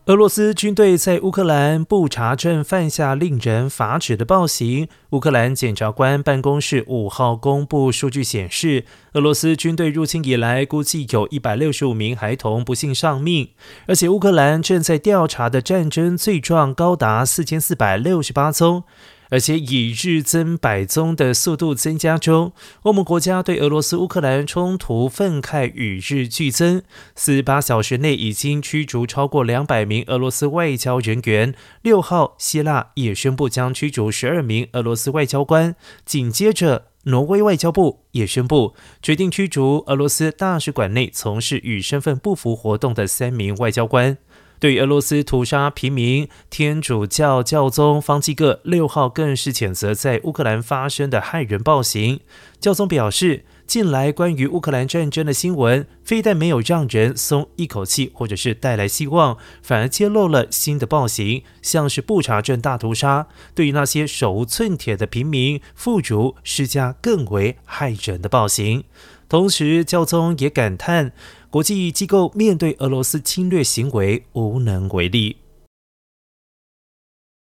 俄罗斯军队在乌克兰布查镇犯下令人发指的暴行。乌克兰检察官办公室5号公布数据显示，俄罗斯军队入侵以来，估计有165名孩童不幸丧命，而且乌克兰正在调查的战争罪状高达4468宗。而且以日增百宗的速度增加中，欧盟国家对俄罗斯乌克兰冲突愤慨与日俱增。48小时内已经驱逐超过200名俄罗斯外交人员。6号，希腊也宣布将驱逐12名俄罗斯外交官。紧接着，挪威外交部也宣布决定驱逐俄罗斯大使馆内从事与身份不符活动的3名外交官。对于俄罗斯屠杀平民，天主教教宗方济各6号更是谴责在乌克兰发生的骇人暴行。教宗表示，近来关于乌克兰战争的新闻，非但没有让人松一口气，或者是带来希望，反而揭露了新的暴行，像是布查镇大屠杀，对于那些手无寸铁的平民、妇孺施加更为骇人的暴行。同时，教宗也感叹，国际机构面对俄罗斯侵略行为无能为力。